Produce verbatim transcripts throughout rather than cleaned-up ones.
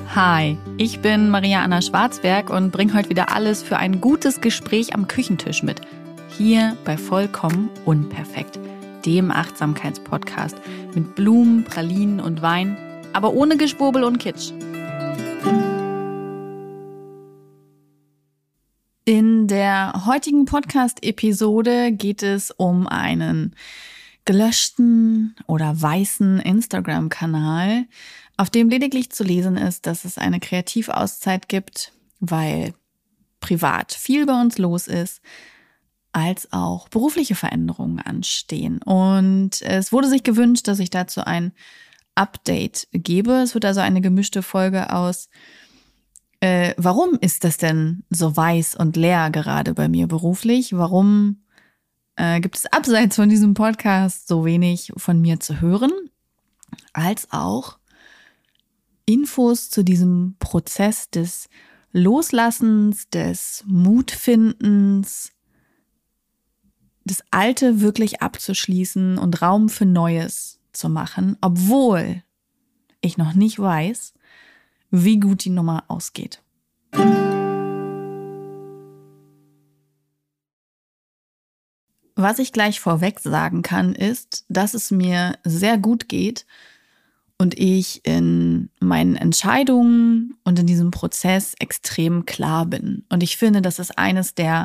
Hi, ich bin Maria Anna Schwarzberg und bringe heute wieder alles für ein gutes Gespräch am Küchentisch mit. Hier bei Vollkommen Unperfekt, dem Achtsamkeitspodcast mit Blumen, Pralinen und Wein, aber ohne Geschwurbel und Kitsch. In der heutigen Podcast-Episode geht es um einen gelöschten oder weißen Instagram-Kanal, auf dem lediglich zu lesen ist, dass es eine Kreativauszeit gibt, weil privat viel bei uns los ist, als auch berufliche Veränderungen anstehen. Und es wurde sich gewünscht, dass ich dazu ein Update gebe. Es wird also eine gemischte Folge aus, äh, warum ist das denn so weiß und leer gerade bei mir beruflich? Warum äh, gibt es abseits von diesem Podcast so wenig von mir zu hören? Als auch Infos zu diesem Prozess des Loslassens, des Mutfindens, das Alte wirklich abzuschließen und Raum für Neues zu machen, obwohl ich noch nicht weiß, wie gut die Nummer ausgeht. Was ich gleich vorweg sagen kann, ist, dass es mir sehr gut geht und ich in meinen Entscheidungen und in diesem Prozess extrem klar bin. Und ich finde, das ist eines der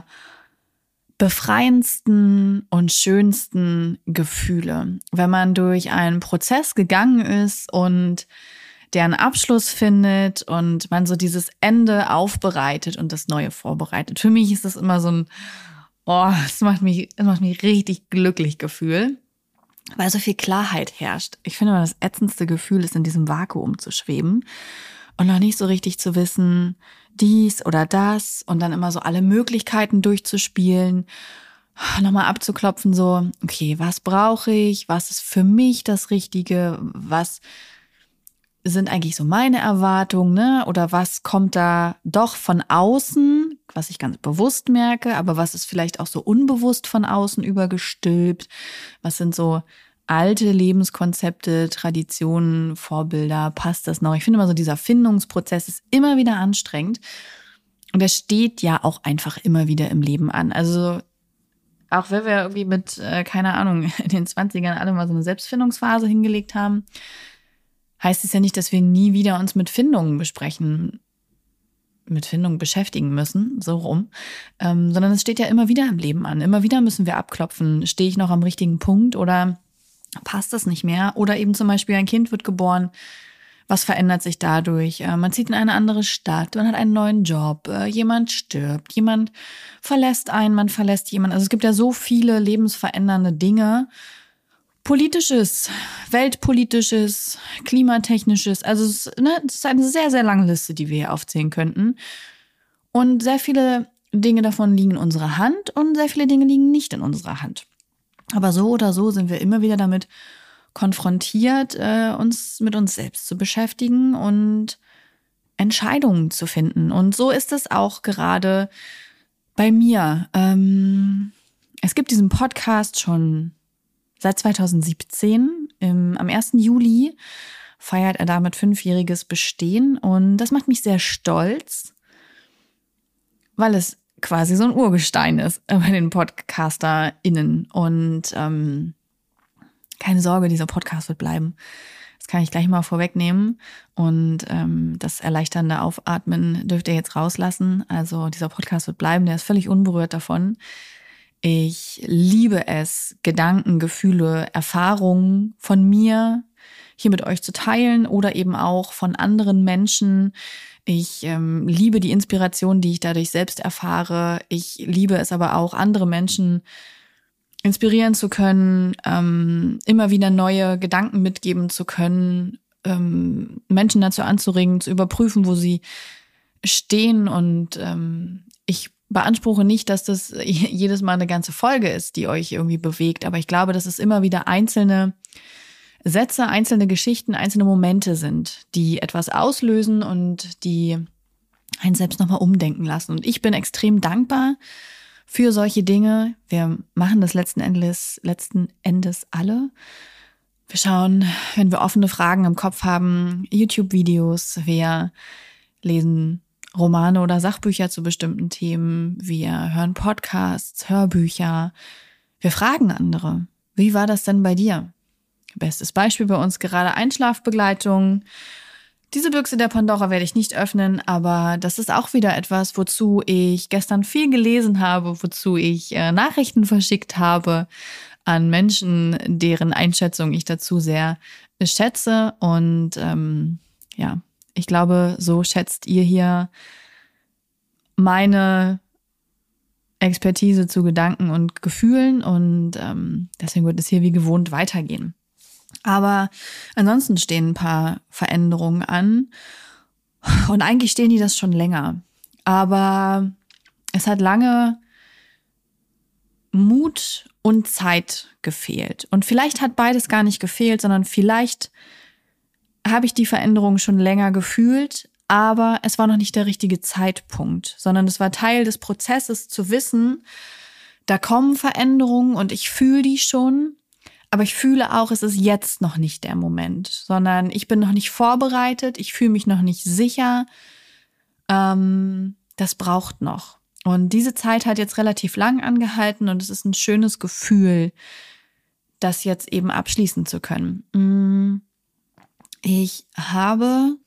befreiendsten und schönsten Gefühle, wenn man durch einen Prozess gegangen ist und der einen Abschluss findet und man so dieses Ende aufbereitet und das Neue vorbereitet. Für mich ist das immer so ein, oh, es macht mich, es macht mich richtig glücklich Gefühl, weil so viel Klarheit herrscht. Ich finde, das ätzendste Gefühl ist, in diesem Vakuum zu schweben und noch nicht so richtig zu wissen, dies oder das und dann immer so alle Möglichkeiten durchzuspielen, nochmal abzuklopfen, so, okay, was brauche ich, was ist für mich das Richtige, was sind eigentlich so meine Erwartungen, ne? Oder was kommt da doch von außen, was ich ganz bewusst merke, aber was ist vielleicht auch so unbewusst von außen übergestülpt? Was sind so alte Lebenskonzepte, Traditionen, Vorbilder? Passt das noch? Ich finde immer so, dieser Findungsprozess ist immer wieder anstrengend und der steht ja auch einfach immer wieder im Leben an. Also auch wenn wir irgendwie mit, äh, keine Ahnung, in den zwanzigern alle mal so eine Selbstfindungsphase hingelegt haben, heißt es ja nicht, dass wir nie wieder uns mit Findungen besprechen, mit Findungen beschäftigen müssen, so rum, ähm, sondern es steht ja immer wieder im Leben an. Immer wieder müssen wir abklopfen, stehe ich noch am richtigen Punkt oder passt das nicht mehr? Oder eben zum Beispiel ein Kind wird geboren, was verändert sich dadurch? Äh, man zieht in eine andere Stadt, man hat einen neuen Job, äh, jemand stirbt, jemand verlässt einen, man verlässt jemanden. Also es gibt ja so viele lebensverändernde Dinge, Politisches, weltpolitisches, klimatechnisches, also es, ne, es ist eine sehr, sehr lange Liste, die wir hier aufzählen könnten. Und sehr viele Dinge davon liegen in unserer Hand und sehr viele Dinge liegen nicht in unserer Hand. Aber so oder so sind wir immer wieder damit konfrontiert, äh, uns mit uns selbst zu beschäftigen und Entscheidungen zu finden. Und so ist es auch gerade bei mir. Ähm, es gibt diesen Podcast schon seit zweitausendsiebzehn, im, am ersten Juli, feiert er damit fünfjähriges Bestehen und das macht mich sehr stolz, weil es quasi so ein Urgestein ist bei den PodcasterInnen. Und ähm, keine Sorge, dieser Podcast wird bleiben. Das kann ich gleich mal vorwegnehmen. Und ähm, das erleichternde Aufatmen dürft ihr jetzt rauslassen. Also dieser Podcast wird bleiben, der ist völlig unberührt davon. Ich liebe es, Gedanken, Gefühle, Erfahrungen von mir hier mit euch zu teilen oder eben auch von anderen Menschen. Ich ähm, liebe die Inspiration, die ich dadurch selbst erfahre. Ich liebe es aber auch, andere Menschen inspirieren zu können, ähm, immer wieder neue Gedanken mitgeben zu können, ähm, Menschen dazu anzuregen, zu überprüfen, wo sie stehen. Und ähm, ich beanspruche nicht, dass das jedes Mal eine ganze Folge ist, die euch irgendwie bewegt. Aber ich glaube, dass es immer wieder einzelne Sätze, einzelne Geschichten, einzelne Momente sind, die etwas auslösen und die einen selbst nochmal umdenken lassen. Und ich bin extrem dankbar für solche Dinge. Wir machen das letzten Endes, letzten Endes alle. Wir schauen, wenn wir offene Fragen im Kopf haben, YouTube-Videos, wir lesen Romane oder Sachbücher zu bestimmten Themen, wir hören Podcasts, Hörbücher, wir fragen andere. Wie war das denn bei dir? Bestes Beispiel bei uns gerade Einschlafbegleitung. Diese Büchse der Pandora werde ich nicht öffnen, aber das ist auch wieder etwas, wozu ich gestern viel gelesen habe, wozu ich äh, Nachrichten verschickt habe an Menschen, deren Einschätzung ich dazu sehr schätze. Und ähm, ja, ich glaube, so schätzt ihr hier meine Expertise zu Gedanken und Gefühlen und ähm, deswegen wird es hier wie gewohnt weitergehen. Aber ansonsten stehen ein paar Veränderungen an und eigentlich stehen die das schon länger. Aber es hat lange Mut und Zeit gefehlt. Und vielleicht hat beides gar nicht gefehlt, sondern vielleicht habe ich die Veränderung schon länger gefühlt, aber es war noch nicht der richtige Zeitpunkt, sondern es war Teil des Prozesses zu wissen, da kommen Veränderungen und ich fühle die schon, aber ich fühle auch, es ist jetzt noch nicht der Moment, sondern ich bin noch nicht vorbereitet, ich fühle mich noch nicht sicher, ähm, das braucht noch. Und diese Zeit hat jetzt relativ lang angehalten und es ist ein schönes Gefühl, das jetzt eben abschließen zu können. Ich habe,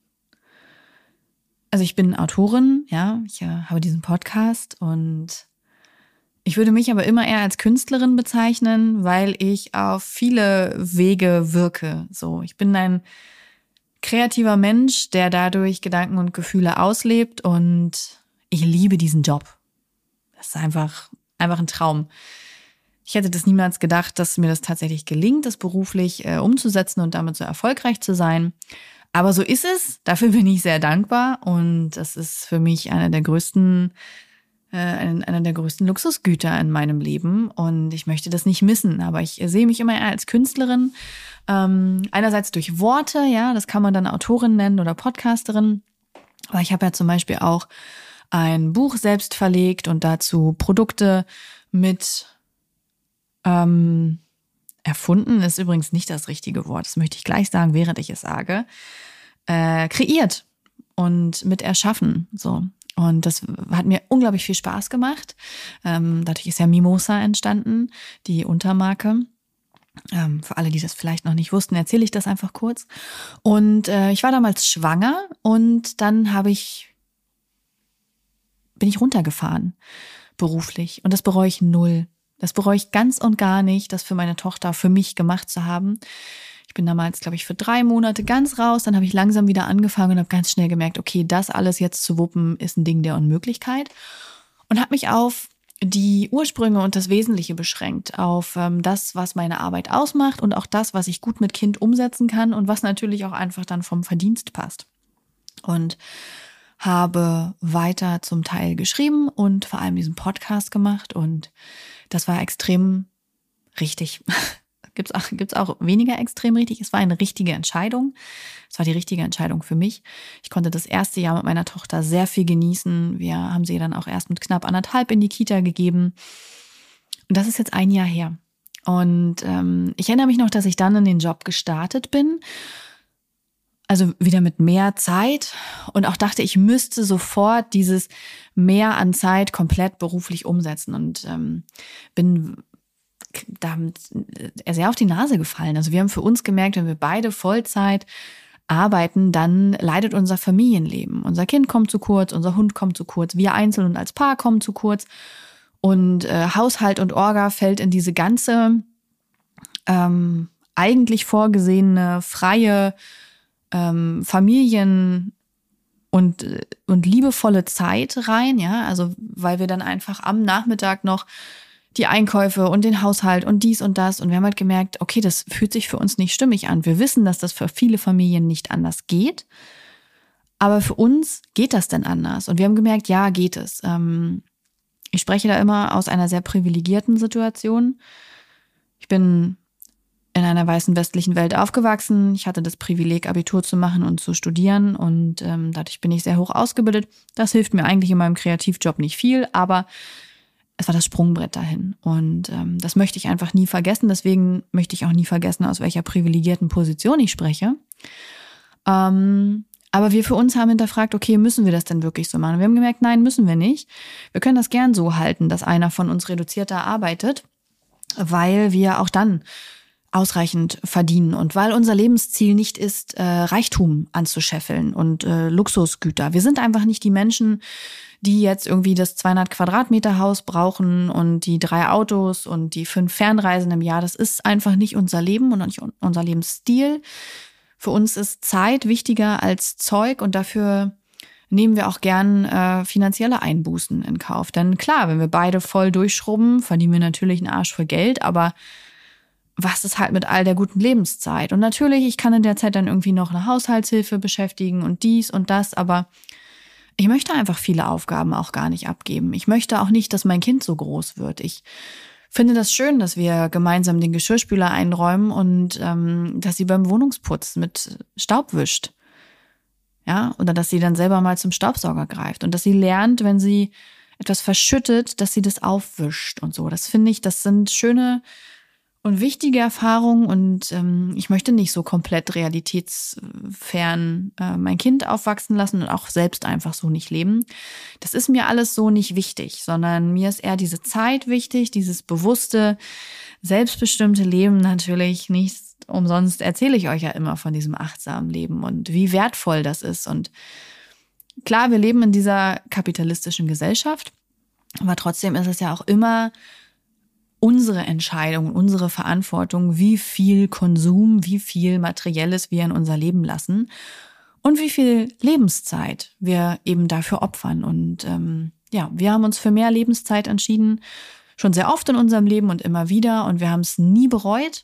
also ich bin Autorin, ja, ich äh, habe diesen Podcast und ich würde mich aber immer eher als Künstlerin bezeichnen, weil ich auf viele Wege wirke. So, ich bin ein kreativer Mensch, der dadurch Gedanken und Gefühle auslebt und ich liebe diesen Job. Das ist einfach, einfach ein Traum. Ich hätte das niemals gedacht, dass mir das tatsächlich gelingt, das beruflich äh, umzusetzen und damit so erfolgreich zu sein. Aber so ist es. Dafür bin ich sehr dankbar und das ist für mich einer der größten, äh, einer der größten Luxusgüter in meinem Leben und ich möchte das nicht missen. Aber ich sehe mich immer eher als Künstlerin. Ähm, einerseits durch Worte, ja, das kann man dann Autorin nennen oder Podcasterin. Aber ich habe ja zum Beispiel auch ein Buch selbst verlegt und dazu Produkte mit ähm, erfunden, ist übrigens nicht das richtige Wort, das möchte ich gleich sagen, während ich es sage, äh, kreiert und mit erschaffen. So. Und das hat mir unglaublich viel Spaß gemacht. Ähm, dadurch ist ja Mimosa entstanden, die Untermarke. Ähm, für alle, die das vielleicht noch nicht wussten, erzähle ich das einfach kurz. Und äh, ich war damals schwanger und dann habe ich bin ich runtergefahren, beruflich. Und das bereue ich null. Das bereue ich ganz und gar nicht, das für meine Tochter, für mich gemacht zu haben. Ich bin damals, glaube ich, für drei Monate ganz raus. Dann habe ich langsam wieder angefangen und habe ganz schnell gemerkt, okay, das alles jetzt zu wuppen, ist ein Ding der Unmöglichkeit. Und habe mich auf die Ursprünge und das Wesentliche beschränkt, auf ähm, das, was meine Arbeit ausmacht und auch das, was ich gut mit Kind umsetzen kann und was natürlich auch einfach dann vom Verdienst passt. Und habe weiter zum Teil geschrieben und vor allem diesen Podcast gemacht und das war extrem richtig. Gibt's auch, gibt's auch weniger extrem richtig. Es war eine richtige Entscheidung. Es war die richtige Entscheidung für mich. Ich konnte das erste Jahr mit meiner Tochter sehr viel genießen. Wir haben sie dann auch erst mit knapp anderthalb in die Kita gegeben. Und das ist jetzt ein Jahr her. Und ähm, ich erinnere mich noch, dass ich dann in den Job gestartet bin. Also wieder mit mehr Zeit und auch dachte, ich müsste sofort dieses Mehr an Zeit komplett beruflich umsetzen und ähm, bin damit sehr auf die Nase gefallen. Also wir haben für uns gemerkt, wenn wir beide Vollzeit arbeiten, dann leidet unser Familienleben. Unser Kind kommt zu kurz, unser Hund kommt zu kurz, wir einzeln und als Paar kommen zu kurz und äh, Haushalt und Orga fällt in diese ganze ähm, eigentlich vorgesehene freie Ähm, Familien und, und liebevolle Zeit rein, ja, also weil wir dann einfach am Nachmittag noch die Einkäufe und den Haushalt und dies und das und wir haben halt gemerkt, okay, das fühlt sich für uns nicht stimmig an. Wir wissen, dass das für viele Familien nicht anders geht, aber für uns geht das denn anders und wir haben gemerkt, ja, geht es. Ähm, ich spreche da immer aus einer sehr privilegierten Situation. Ich bin in einer weißen westlichen Welt aufgewachsen. Ich hatte das Privileg, Abitur zu machen und zu studieren und ähm, dadurch bin ich sehr hoch ausgebildet. Das hilft mir eigentlich in meinem Kreativjob nicht viel, aber es war das Sprungbrett dahin. Und ähm, das möchte ich einfach nie vergessen. Deswegen möchte ich auch nie vergessen, aus welcher privilegierten Position ich spreche. Ähm, aber wir für uns haben hinterfragt, okay, müssen wir das denn wirklich so machen? Wir haben gemerkt, nein, müssen wir nicht. Wir können das gern so halten, dass einer von uns reduzierter arbeitet, weil wir auch dann ausreichend verdienen und weil unser Lebensziel nicht ist, äh, Reichtum anzuscheffeln und äh, Luxusgüter. Wir sind einfach nicht die Menschen, die jetzt irgendwie das zweihundert Quadratmeter Haus brauchen und die drei Autos und die fünf Fernreisen im Jahr. Das ist einfach nicht unser Leben und auch nicht unser Lebensstil. Für uns ist Zeit wichtiger als Zeug und dafür nehmen wir auch gern äh, finanzielle Einbußen in Kauf. Denn klar, wenn wir beide voll durchschrubben, verdienen wir natürlich einen Arsch für Geld, aber was ist halt mit all der guten Lebenszeit? Und natürlich, ich kann in der Zeit dann irgendwie noch eine Haushaltshilfe beschäftigen und dies und das, aber ich möchte einfach viele Aufgaben auch gar nicht abgeben. Ich möchte auch nicht, dass mein Kind so groß wird. Ich finde das schön, dass wir gemeinsam den Geschirrspüler einräumen und ähm, dass sie beim Wohnungsputz mit Staub wischt. Ja, oder dass sie dann selber mal zum Staubsauger greift und dass sie lernt, wenn sie etwas verschüttet, dass sie das aufwischt und so. Das finde ich, das sind schöne und wichtige Erfahrungen und ähm, ich möchte nicht so komplett realitätsfern äh, mein Kind aufwachsen lassen und auch selbst einfach so nicht leben. Das ist mir alles so nicht wichtig, sondern mir ist eher diese Zeit wichtig, dieses bewusste, selbstbestimmte Leben natürlich. Nicht umsonst erzähle ich euch ja immer von diesem achtsamen Leben und wie wertvoll das ist. Und klar, wir leben in dieser kapitalistischen Gesellschaft, aber trotzdem ist es ja auch immer unsere Entscheidung, unsere Verantwortung, wie viel Konsum, wie viel Materielles wir in unser Leben lassen und wie viel Lebenszeit wir eben dafür opfern. Und ähm, ja, wir haben uns für mehr Lebenszeit entschieden, schon sehr oft in unserem Leben und immer wieder und wir haben es nie bereut.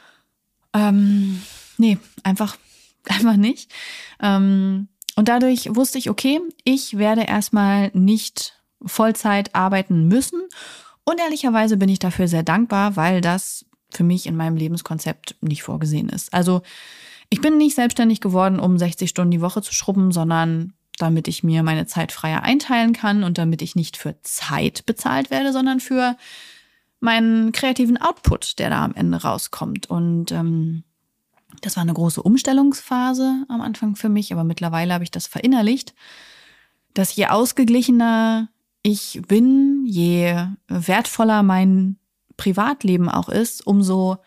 Ähm, nee, einfach, einfach nicht. Ähm, und dadurch wusste ich, okay, ich werde erstmal nicht Vollzeit arbeiten müssen. Und ehrlicherweise bin ich dafür sehr dankbar, weil das für mich in meinem Lebenskonzept nicht vorgesehen ist. Also ich bin nicht selbstständig geworden, um sechzig Stunden die Woche zu schrubben, sondern damit ich mir meine Zeit freier einteilen kann und damit ich nicht für Zeit bezahlt werde, sondern für meinen kreativen Output, der da am Ende rauskommt. Und ähm, das war eine große Umstellungsphase am Anfang für mich, aber mittlerweile habe ich das verinnerlicht, dass je ausgeglichener ich bin, je wertvoller mein Privatleben auch ist, umso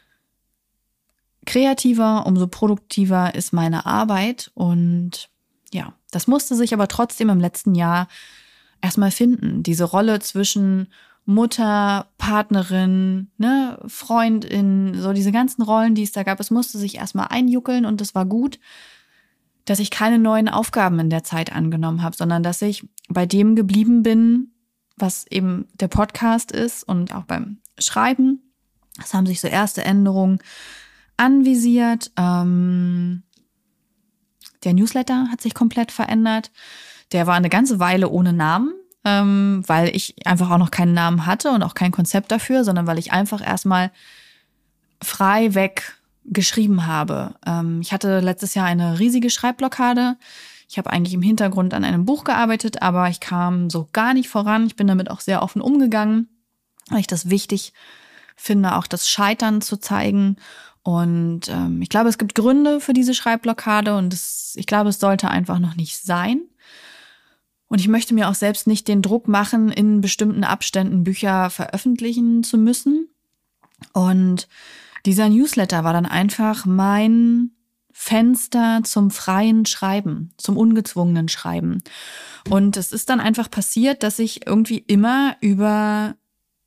kreativer, umso produktiver ist meine Arbeit. Und ja, das musste sich aber trotzdem im letzten Jahr erstmal finden. Diese Rolle zwischen Mutter, Partnerin, ne, Freundin, so diese ganzen Rollen, die es da gab, es musste sich erstmal einjuckeln und es war gut, dass ich keine neuen Aufgaben in der Zeit angenommen habe, sondern dass ich bei dem geblieben bin, was eben der Podcast ist und auch beim Schreiben. Es haben sich so erste Änderungen anvisiert. Ähm, der Newsletter hat sich komplett verändert. Der war eine ganze Weile ohne Namen, ähm, weil ich einfach auch noch keinen Namen hatte und auch kein Konzept dafür, sondern weil ich einfach erstmal frei weg geschrieben habe. Ähm, ich hatte letztes Jahr eine riesige Schreibblockade. Ich habe eigentlich im Hintergrund an einem Buch gearbeitet, aber ich kam so gar nicht voran. Ich bin damit auch sehr offen umgegangen, weil ich das wichtig finde, auch das Scheitern zu zeigen. Und ähm, ich glaube, es gibt Gründe für diese Schreibblockade und es, ich glaube, es sollte einfach noch nicht sein. Und ich möchte mir auch selbst nicht den Druck machen, in bestimmten Abständen Bücher veröffentlichen zu müssen. Und dieser Newsletter war dann einfach mein Fenster zum freien Schreiben, zum ungezwungenen Schreiben. Und es ist dann einfach passiert, dass ich irgendwie immer über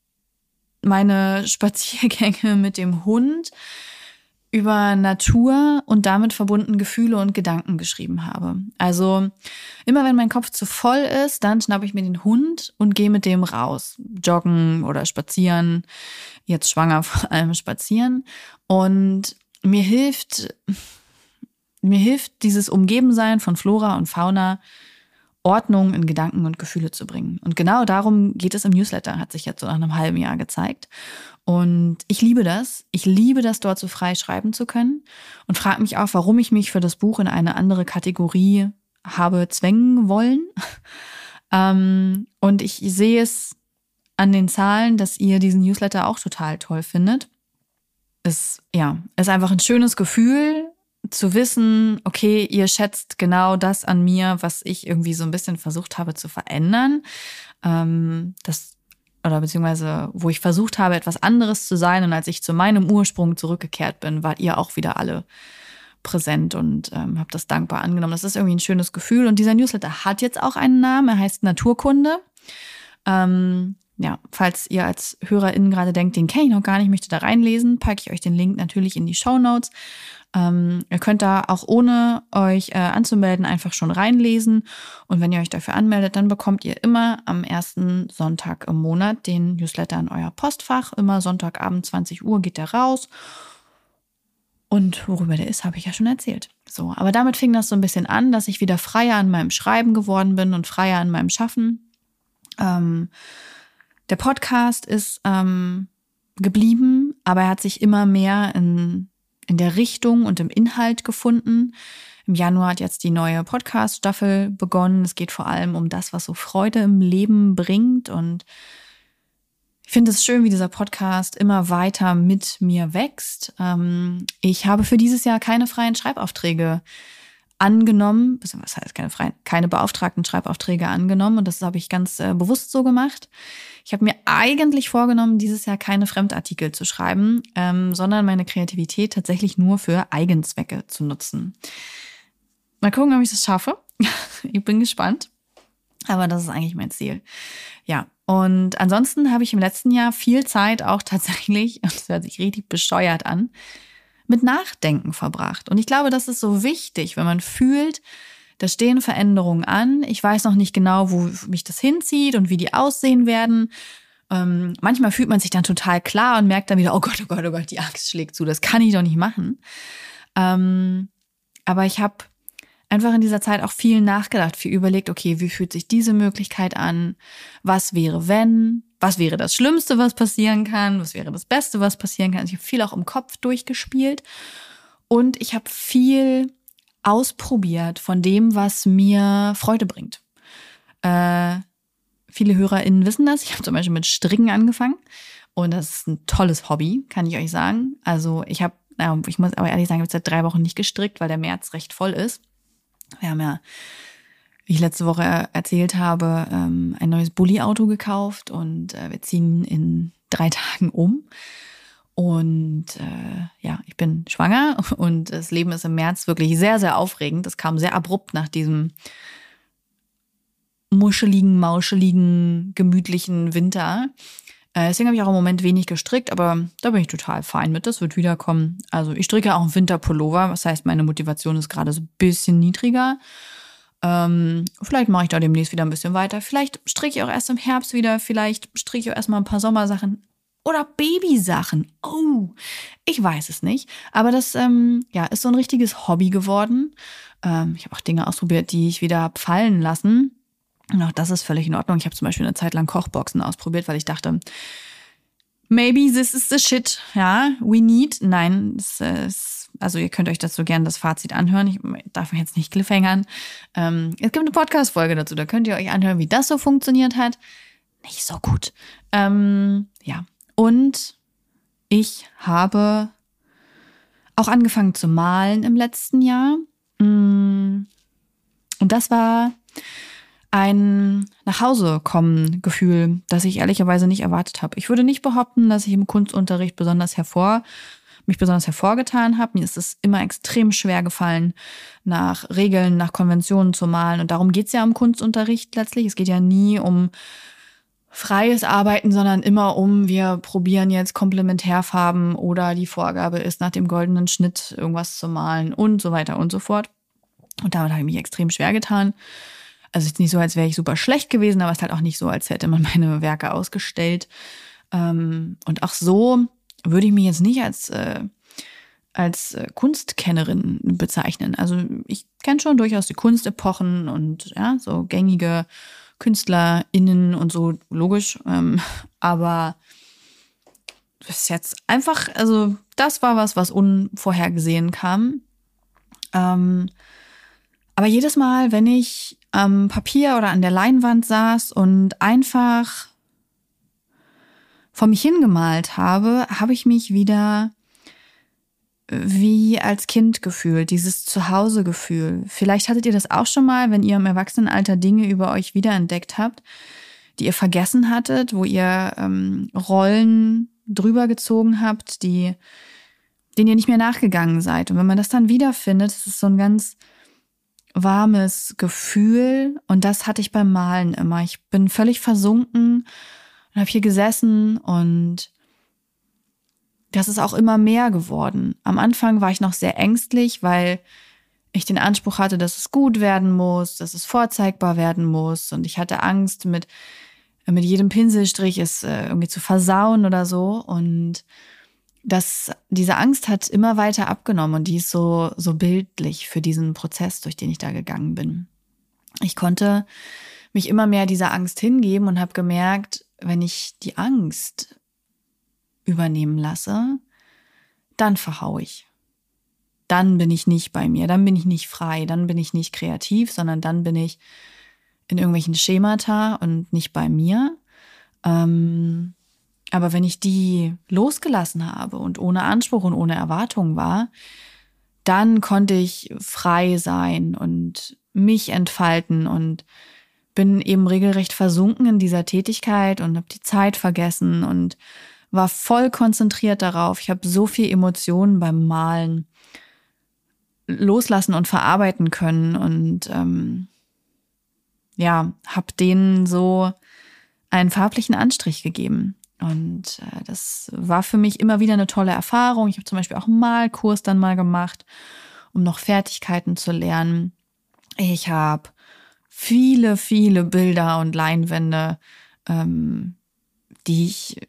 meine Spaziergänge mit dem Hund, über Natur und damit verbunden Gefühle und Gedanken geschrieben habe. Also immer wenn mein Kopf zu voll ist, dann schnappe ich mir den Hund und gehe mit dem raus. Joggen oder spazieren, jetzt schwanger vor allem spazieren. Und mir hilft, mir hilft dieses Umgebensein von Flora und Fauna, Ordnung in Gedanken und Gefühle zu bringen. Und genau darum geht es im Newsletter, hat sich jetzt so nach einem halben Jahr gezeigt. Und ich liebe das. Ich liebe das, dort so frei schreiben zu können und frage mich auch, warum ich mich für das Buch in eine andere Kategorie habe zwängen wollen. ähm, und ich sehe es an den Zahlen, dass ihr diesen Newsletter auch total toll findet. Es ja, ist einfach ein schönes Gefühl zu wissen, okay, ihr schätzt genau das an mir, was ich irgendwie so ein bisschen versucht habe zu verändern. Ähm, das oder beziehungsweise wo ich versucht habe, etwas anderes zu sein. Und als ich zu meinem Ursprung zurückgekehrt bin, wart ihr auch wieder alle präsent und ähm, habe das dankbar angenommen. Das ist irgendwie ein schönes Gefühl. Und dieser Newsletter hat jetzt auch einen Namen. Er heißt Naturkunde. Ähm, ja, falls ihr als HörerInnen gerade denkt, den kenne ich noch gar nicht, möchte da reinlesen, packe ich euch den Link natürlich in die Shownotes. Ähm, ihr könnt da auch ohne euch äh, anzumelden einfach schon reinlesen. Und wenn ihr euch dafür anmeldet, dann bekommt ihr immer am ersten Sonntag im Monat den Newsletter in euer Postfach. Immer Sonntagabend zwanzig Uhr geht der raus. Und worüber der ist, habe ich ja schon erzählt. So, aber damit fing das so ein bisschen an, dass ich wieder freier an meinem Schreiben geworden bin und freier an meinem Schaffen. Ähm, der Podcast ist ähm, geblieben, aber er hat sich immer mehr in, in der Richtung und im Inhalt gefunden. Im Januar hat jetzt die neue Podcast-Staffel begonnen. Es geht vor allem um das, was so Freude im Leben bringt. Und ich finde es schön, wie dieser Podcast immer weiter mit mir wächst. Ähm, ich habe für dieses Jahr keine freien Schreibaufträge angenommen, was heißt keine freien, keine beauftragten Schreibaufträge angenommen. Und das habe ich ganz äh, bewusst so gemacht. Ich habe mir eigentlich vorgenommen, dieses Jahr keine Fremdartikel zu schreiben, ähm, sondern meine Kreativität tatsächlich nur für Eigenzwecke zu nutzen. Mal gucken, ob ich das schaffe. Ich bin gespannt. Aber das ist eigentlich mein Ziel. Ja, und ansonsten habe ich im letzten Jahr viel Zeit auch tatsächlich, und das hört sich richtig bescheuert an, mit Nachdenken verbracht. Und ich glaube, das ist so wichtig, wenn man fühlt, da stehen Veränderungen an. Ich weiß noch nicht genau, wo mich das hinzieht und wie die aussehen werden. Ähm, manchmal fühlt man sich dann total klar und merkt dann wieder, oh Gott, oh Gott, oh Gott, die Angst schlägt zu. Das kann ich doch nicht machen. Ähm, aber ich habe einfach in dieser Zeit auch viel nachgedacht, viel überlegt, okay, wie fühlt sich diese Möglichkeit an? Was wäre, wenn? Was wäre das Schlimmste, was passieren kann? Was wäre das Beste, was passieren kann? Also ich habe viel auch im Kopf durchgespielt und ich habe viel ausprobiert von dem, was mir Freude bringt. Äh, viele HörerInnen wissen das. Ich habe zum Beispiel mit Stricken angefangen und das ist ein tolles Hobby, kann ich euch sagen. Also ich habe, ich muss aber ehrlich sagen, ich habe seit drei Wochen nicht gestrickt, weil der März recht voll ist. Wir haben ja, wie ich letzte Woche erzählt habe, ein neues Bulli-Auto gekauft und wir ziehen in drei Tagen um. Und äh, ja, ich bin schwanger und das Leben ist im März wirklich sehr, sehr aufregend. Das kam sehr abrupt nach diesem muscheligen, mauscheligen, gemütlichen Winter. Äh, deswegen habe ich auch im Moment wenig gestrickt, aber da bin ich total fein mit. Das wird wiederkommen. Also ich stricke auch einen Winterpullover. Das heißt, meine Motivation ist gerade so ein bisschen niedriger. Ähm, vielleicht mache ich da demnächst wieder ein bisschen weiter. Vielleicht stricke ich auch erst im Herbst wieder. Vielleicht stricke ich auch erstmal ein paar Sommersachen. Oder Babysachen. Oh, ich weiß es nicht. Aber das ähm, ja, ist so ein richtiges Hobby geworden. Ähm, ich habe auch Dinge ausprobiert, die ich wieder habe fallen lassen. Und auch das ist völlig in Ordnung. Ich habe zum Beispiel eine Zeit lang Kochboxen ausprobiert, weil ich dachte, maybe this is the shit. Ja, we need. Nein, das ist, also ihr könnt euch dazu gerne das Fazit anhören. Ich darf mich jetzt nicht cliffhangern. Ähm, es gibt eine Podcast-Folge dazu. Da könnt ihr euch anhören, wie das so funktioniert hat. Nicht so gut. Ähm, ja. Und ich habe auch angefangen zu malen im letzten Jahr. Und das war ein Nach-Hause-kommen-Gefühl, das ich ehrlicherweise nicht erwartet habe. Ich würde nicht behaupten, dass ich im Kunstunterricht besonders hervor, mich besonders hervorgetan habe. Mir ist es immer extrem schwer gefallen, nach Regeln, nach Konventionen zu malen. Und darum geht es ja im Kunstunterricht letztlich. Es geht ja nie um freies Arbeiten, sondern immer um, wir probieren jetzt Komplementärfarben oder die Vorgabe ist, nach dem goldenen Schnitt irgendwas zu malen und so weiter und so fort. Und damit habe ich mich extrem schwer getan. Also es ist nicht so, als wäre ich super schlecht gewesen, aber es ist halt auch nicht so, als hätte man meine Werke ausgestellt. Und auch so würde ich mich jetzt nicht als, als Kunstkennerin bezeichnen. Also ich kenne schon durchaus die Kunstepochen und ja, so gängige KünstlerInnen und so, logisch. Ähm, aber das ist jetzt einfach, also das war was, was unvorhergesehen kam. Ähm, aber jedes Mal, wenn ich am Papier oder an der Leinwand saß und einfach vor mich hingemalt habe, habe ich mich wieder wie als Kind gefühlt, dieses Zuhausegefühl. Vielleicht hattet ihr das auch schon mal, wenn ihr im Erwachsenenalter Dinge über euch wiederentdeckt habt, die ihr vergessen hattet, wo ihr ähm, Rollen drüber gezogen habt, die, denen ihr nicht mehr nachgegangen seid. Und wenn man das dann wiederfindet, ist es so ein ganz warmes Gefühl. Und das hatte ich beim Malen immer. Ich bin völlig versunken und habe hier gesessen und das ist auch immer mehr geworden. Am Anfang war ich noch sehr ängstlich, weil ich den Anspruch hatte, dass es gut werden muss, dass es vorzeigbar werden muss. Und ich hatte Angst, mit, mit jedem Pinselstrich es äh, irgendwie zu versauen oder so. Und das, diese Angst hat immer weiter abgenommen und die ist so, so bildlich für diesen Prozess, durch den ich da gegangen bin. Ich konnte mich immer mehr dieser Angst hingeben und habe gemerkt, wenn ich die Angst übernehmen lasse, dann verhau ich. Dann bin ich nicht bei mir, dann bin ich nicht frei, dann bin ich nicht kreativ, sondern dann bin ich in irgendwelchen Schemata und nicht bei mir. Ähm, aber wenn ich die losgelassen habe und ohne Anspruch und ohne Erwartung war, dann konnte ich frei sein und mich entfalten und bin eben regelrecht versunken in dieser Tätigkeit und habe die Zeit vergessen und war voll konzentriert darauf. Ich habe so viel Emotionen beim Malen loslassen und verarbeiten können und ähm, ja, habe denen so einen farblichen Anstrich gegeben. Und äh, das war für mich immer wieder eine tolle Erfahrung. Ich habe zum Beispiel auch einen Malkurs dann mal gemacht, um noch Fertigkeiten zu lernen. Ich habe viele, viele Bilder und Leinwände, ähm, die ich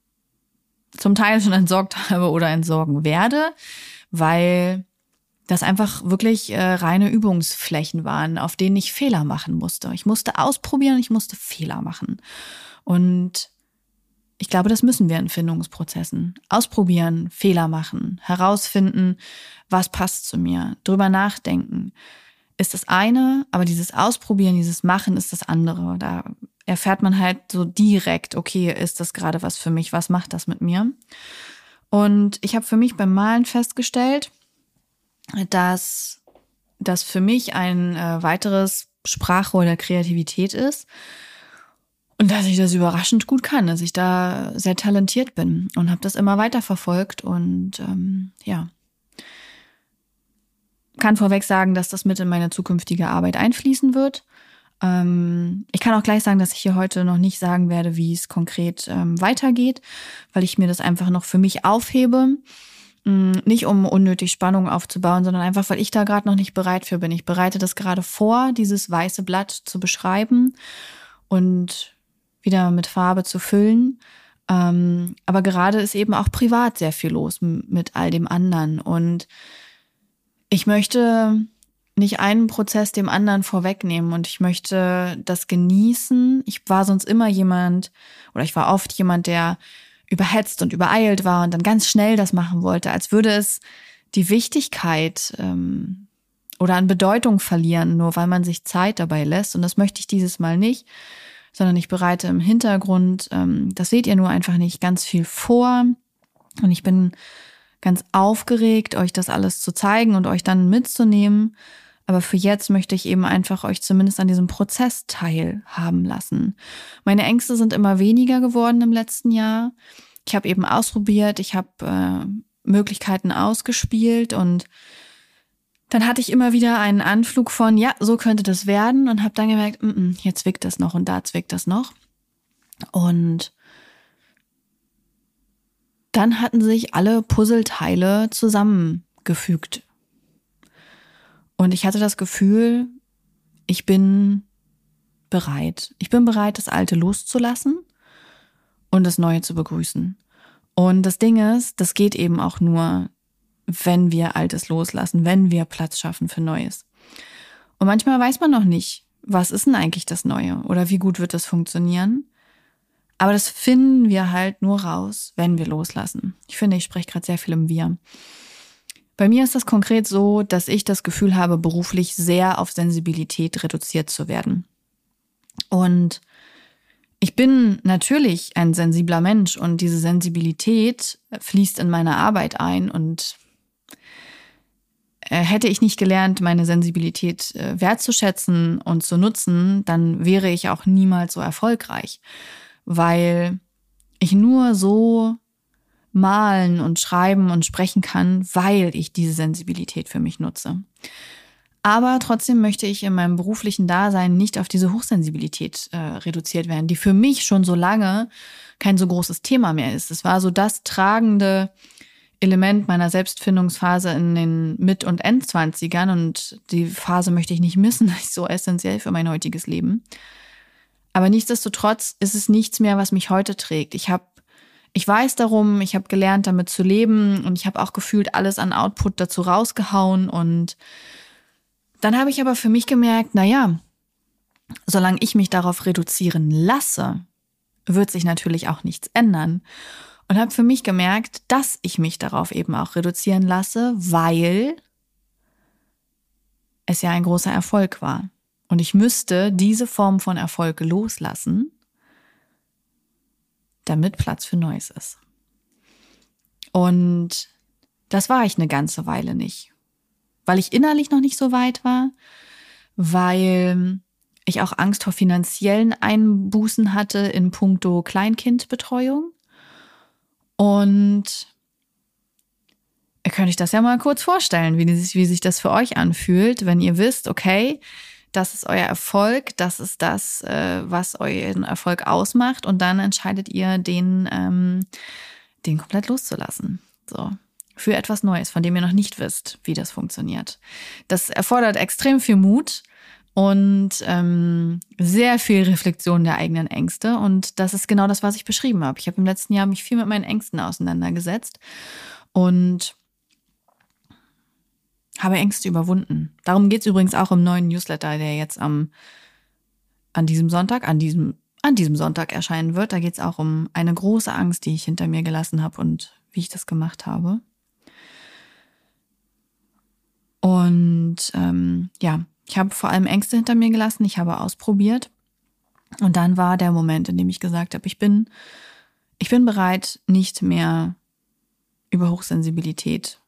zum Teil schon entsorgt habe oder entsorgen werde, weil das einfach wirklich äh, reine Übungsflächen waren, auf denen ich Fehler machen musste. Ich musste ausprobieren, ich musste Fehler machen. Und ich glaube, das müssen wir in Findungsprozessen. Ausprobieren, Fehler machen, herausfinden, was passt zu mir, drüber nachdenken. Ist das eine, aber dieses Ausprobieren, dieses Machen ist das andere. Da erfährt man halt so direkt, okay, ist das gerade was für mich, was macht das mit mir? Und ich habe für mich beim Malen festgestellt, dass das für mich ein äh, weiteres Sprachrohr der Kreativität ist und dass ich das überraschend gut kann, dass ich da sehr talentiert bin und habe das immer weiter verfolgt und ähm, ja, kann vorweg sagen, dass das mit in meine zukünftige Arbeit einfließen wird. Ähm, ich kann auch gleich sagen, dass ich hier heute noch nicht sagen werde, wie es konkret ähm, weitergeht, weil ich mir das einfach noch für mich aufhebe. Nicht um unnötig Spannung aufzubauen, sondern einfach, weil ich da gerade noch nicht bereit für bin. Ich bereite das gerade vor, dieses weiße Blatt zu beschreiben und wieder mit Farbe zu füllen. Ähm, aber gerade ist eben auch privat sehr viel los mit all dem anderen. Und ich möchte nicht einen Prozess dem anderen vorwegnehmen und ich möchte das genießen. Ich war sonst immer jemand, oder ich war oft jemand, der überhetzt und übereilt war und dann ganz schnell das machen wollte, als würde es die Wichtigkeit ähm, oder an Bedeutung verlieren, nur weil man sich Zeit dabei lässt. Und das möchte ich dieses Mal nicht, sondern ich bereite im Hintergrund, ähm, das seht ihr nur einfach nicht, ganz viel vor. Und ich bin ganz aufgeregt, euch das alles zu zeigen und euch dann mitzunehmen. Aber für jetzt möchte ich eben einfach euch zumindest an diesem Prozess teilhaben lassen. Meine Ängste sind immer weniger geworden im letzten Jahr. Ich habe eben ausprobiert, ich habe äh, Möglichkeiten ausgespielt und dann hatte ich immer wieder einen Anflug von, ja, so könnte das werden und habe dann gemerkt, m -m, hier zwickt das noch und da zwickt das noch. Und dann hatten sich alle Puzzleteile zusammengefügt. Und ich hatte das Gefühl, ich bin bereit. Ich bin bereit, das Alte loszulassen und das Neue zu begrüßen. Und das Ding ist, das geht eben auch nur, wenn wir Altes loslassen, wenn wir Platz schaffen für Neues. Und manchmal weiß man noch nicht, was ist denn eigentlich das Neue oder wie gut wird das funktionieren. Aber das finden wir halt nur raus, wenn wir loslassen. Ich finde, ich spreche gerade sehr viel im Wir. Bei mir ist das konkret so, dass ich das Gefühl habe, beruflich sehr auf Sensibilität reduziert zu werden. Und Ich bin natürlich ein sensibler Mensch und diese Sensibilität fließt in meine Arbeit ein und hätte ich nicht gelernt, meine Sensibilität wertzuschätzen und zu nutzen, dann wäre ich auch niemals so erfolgreich, weil ich nur so malen und schreiben und sprechen kann, weil ich diese Sensibilität für mich nutze. Aber trotzdem möchte ich in meinem beruflichen Dasein nicht auf diese Hochsensibilität äh, reduziert werden, die für mich schon so lange kein so großes Thema mehr ist. Es war so das tragende Element meiner Selbstfindungsphase in den Mit- und Endzwanzigern und die Phase möchte ich nicht missen, das ist so essentiell für mein heutiges Leben. Aber nichtsdestotrotz ist es nichts mehr, was mich heute trägt. Ich habe, ich weiß darum, ich habe gelernt, damit zu leben und ich habe auch gefühlt alles an Output dazu rausgehauen und dann habe ich aber für mich gemerkt, naja, solange ich mich darauf reduzieren lasse, wird sich natürlich auch nichts ändern. Und habe für mich gemerkt, dass ich mich darauf eben auch reduzieren lasse, weil es ja ein großer Erfolg war. Und ich müsste diese Form von Erfolg loslassen, damit Platz für Neues ist. Und das war ich eine ganze Weile nicht. Weil ich innerlich noch nicht so weit war, weil ich auch Angst vor finanziellen Einbußen hatte in puncto Kleinkindbetreuung. Und ihr könnt euch das ja mal kurz vorstellen, wie, sich, wie sich das für euch anfühlt, wenn ihr wisst, okay, das ist euer Erfolg, das ist das, was euren Erfolg ausmacht und dann entscheidet ihr, den, ähm, den komplett loszulassen. So. Für etwas Neues, von dem ihr noch nicht wisst, wie das funktioniert. Das erfordert extrem viel Mut und ähm, sehr viel Reflexion der eigenen Ängste. Und das ist genau das, was ich beschrieben habe. Ich habe im letzten Jahr mich viel mit meinen Ängsten auseinandergesetzt und habe Ängste überwunden. Darum geht es übrigens auch im neuen Newsletter, der jetzt am an diesem Sonntag, an diesem, an diesem Sonntag erscheinen wird. Da geht es auch um eine große Angst, die ich hinter mir gelassen habe und wie ich das gemacht habe. Und ähm, ja, ich habe vor allem Ängste hinter mir gelassen, ich habe ausprobiert. Und dann war der Moment, in dem ich gesagt habe, ich bin, ich bin bereit, nicht mehr über Hochsensibilität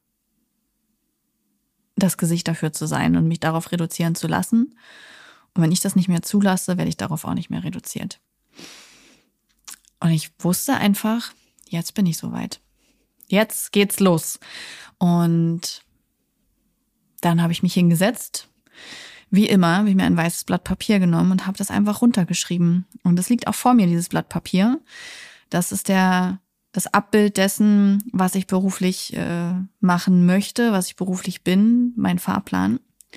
das Gesicht dafür zu sein und mich darauf reduzieren zu lassen. Und wenn ich das nicht mehr zulasse, werde ich darauf auch nicht mehr reduziert. Und ich wusste einfach, jetzt bin ich soweit. Jetzt geht's los. Und dann habe ich mich hingesetzt, wie immer, habe ich mir ein weißes Blatt Papier genommen und habe das einfach runtergeschrieben. Und das liegt auch vor mir, dieses Blatt Papier. Das ist der, das Abbild dessen, was ich beruflich äh, machen möchte, was ich beruflich bin, mein Fahrplan.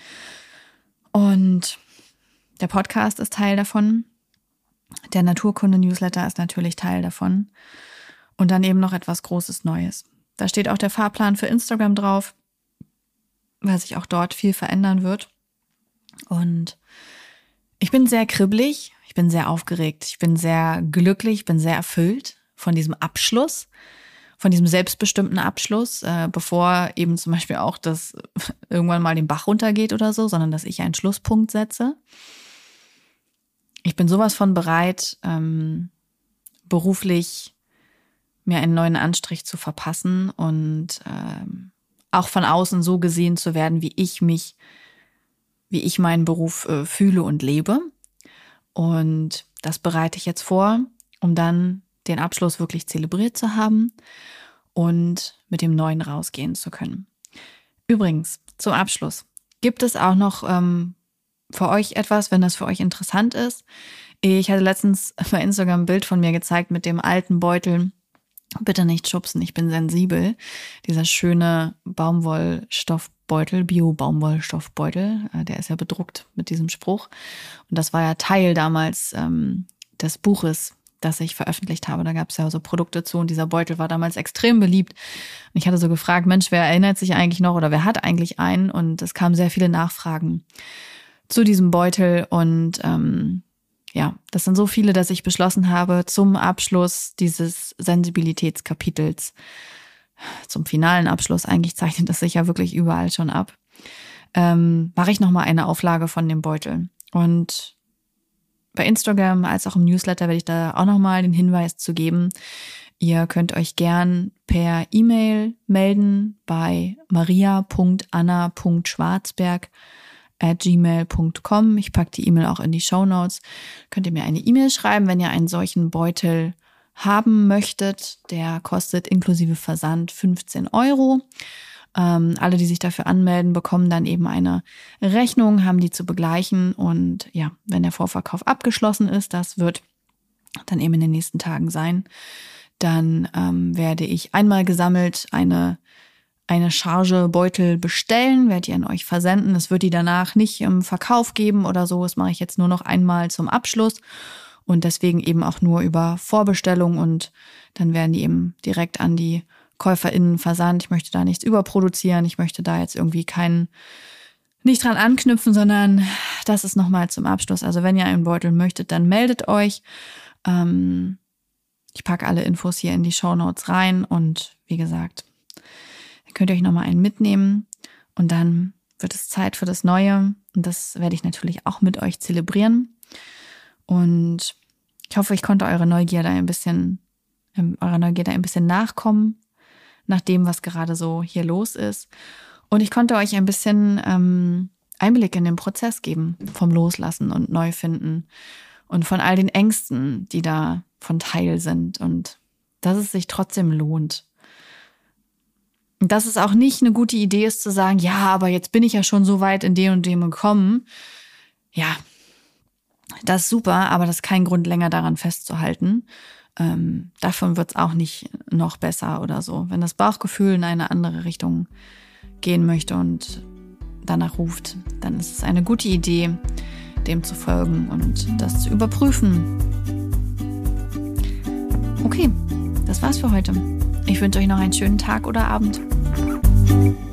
Und der Podcast ist Teil davon. Der Naturkunde-Newsletter ist natürlich Teil davon. Und dann eben noch etwas Großes Neues. Da steht auch der Fahrplan für Instagram drauf, weil sich auch dort viel verändern wird. Und ich bin sehr kribbelig, ich bin sehr aufgeregt, ich bin sehr glücklich, ich bin sehr erfüllt von diesem Abschluss, von diesem selbstbestimmten Abschluss, äh, bevor eben zum Beispiel auch das irgendwann mal den Bach runtergeht oder so, sondern dass ich einen Schlusspunkt setze. Ich bin sowas von bereit, ähm, beruflich mir einen neuen Anstrich zu verpassen und ähm, auch von außen so gesehen zu werden, wie ich mich, wie ich meinen Beruf äh, fühle und lebe. Und das bereite ich jetzt vor, um dann den Abschluss wirklich zelebriert zu haben und mit dem Neuen rausgehen zu können. Übrigens, zum Abschluss gibt es auch noch ähm, für euch etwas, wenn das für euch interessant ist. Ich hatte letztens bei Instagram ein Bild von mir gezeigt mit dem alten Beutel. Bitte nicht schubsen, ich bin sensibel. Dieser schöne Baumwollstoffbeutel, Bio-Baumwollstoffbeutel, der ist ja bedruckt mit diesem Spruch. Und das war ja Teil damals ähm, des Buches, das ich veröffentlicht habe. Da gab es ja so Produkte zu und dieser Beutel war damals extrem beliebt. Und ich hatte so gefragt, Mensch, wer erinnert sich eigentlich noch oder wer hat eigentlich einen? Und es kamen sehr viele Nachfragen zu diesem Beutel und ähm, ja, das sind so viele, dass ich beschlossen habe, zum Abschluss dieses Sensibilitätskapitels, zum finalen Abschluss, eigentlich zeichnet das sich ja wirklich überall schon ab, ähm, mache ich nochmal eine Auflage von dem Beutel. Und bei Instagram als auch im Newsletter werde ich da auch nochmal den Hinweis zu geben. Ihr könnt euch gern per E-Mail melden bei maria punkt anna punkt schwarzberg at gmail punkt com. Ich packe die E-Mail auch in die Shownotes. Könnt ihr mir eine E-Mail schreiben, wenn ihr einen solchen Beutel haben möchtet. Der kostet inklusive Versand fünfzehn Euro. Ähm, alle, die sich dafür anmelden, bekommen dann eben eine Rechnung, haben die zu begleichen. Und ja, wenn der Vorverkauf abgeschlossen ist, das wird dann eben in den nächsten Tagen sein, dann ähm, werde ich einmal gesammelt eine, eine Charge Beutel bestellen, werde die an euch versenden. Es wird die danach nicht im Verkauf geben oder so. Das mache ich jetzt nur noch einmal zum Abschluss und deswegen eben auch nur über Vorbestellung und dann werden die eben direkt an die KäuferInnen versandt. Ich möchte da nichts überproduzieren. Ich möchte da jetzt irgendwie keinen, nicht dran anknüpfen, sondern das ist nochmal zum Abschluss. Also wenn ihr einen Beutel möchtet, dann meldet euch. Ähm, ich packe alle Infos hier in die Shownotes rein und wie gesagt, dann könnt ihr euch nochmal einen mitnehmen und dann wird es Zeit für das Neue und das werde ich natürlich auch mit euch zelebrieren. Und ich hoffe, ich konnte eure Neugierde ein bisschen, eurer Neugierde ein bisschen nachkommen, nach dem, was gerade so hier los ist. Und ich konnte euch ein bisschen ähm, Einblick in den Prozess geben vom Loslassen und Neufinden und von all den Ängsten, die da von Teil sind und dass es sich trotzdem lohnt. Und dass es auch nicht eine gute Idee ist zu sagen, ja, aber jetzt bin ich ja schon so weit in dem und dem gekommen. Ja, das ist super, aber das ist kein Grund, länger daran festzuhalten. Ähm, davon wird es auch nicht noch besser oder so. Wenn das Bauchgefühl in eine andere Richtung gehen möchte und danach ruft, dann ist es eine gute Idee, dem zu folgen und das zu überprüfen. Okay, das war's für heute. Ich wünsche euch noch einen schönen Tag oder Abend.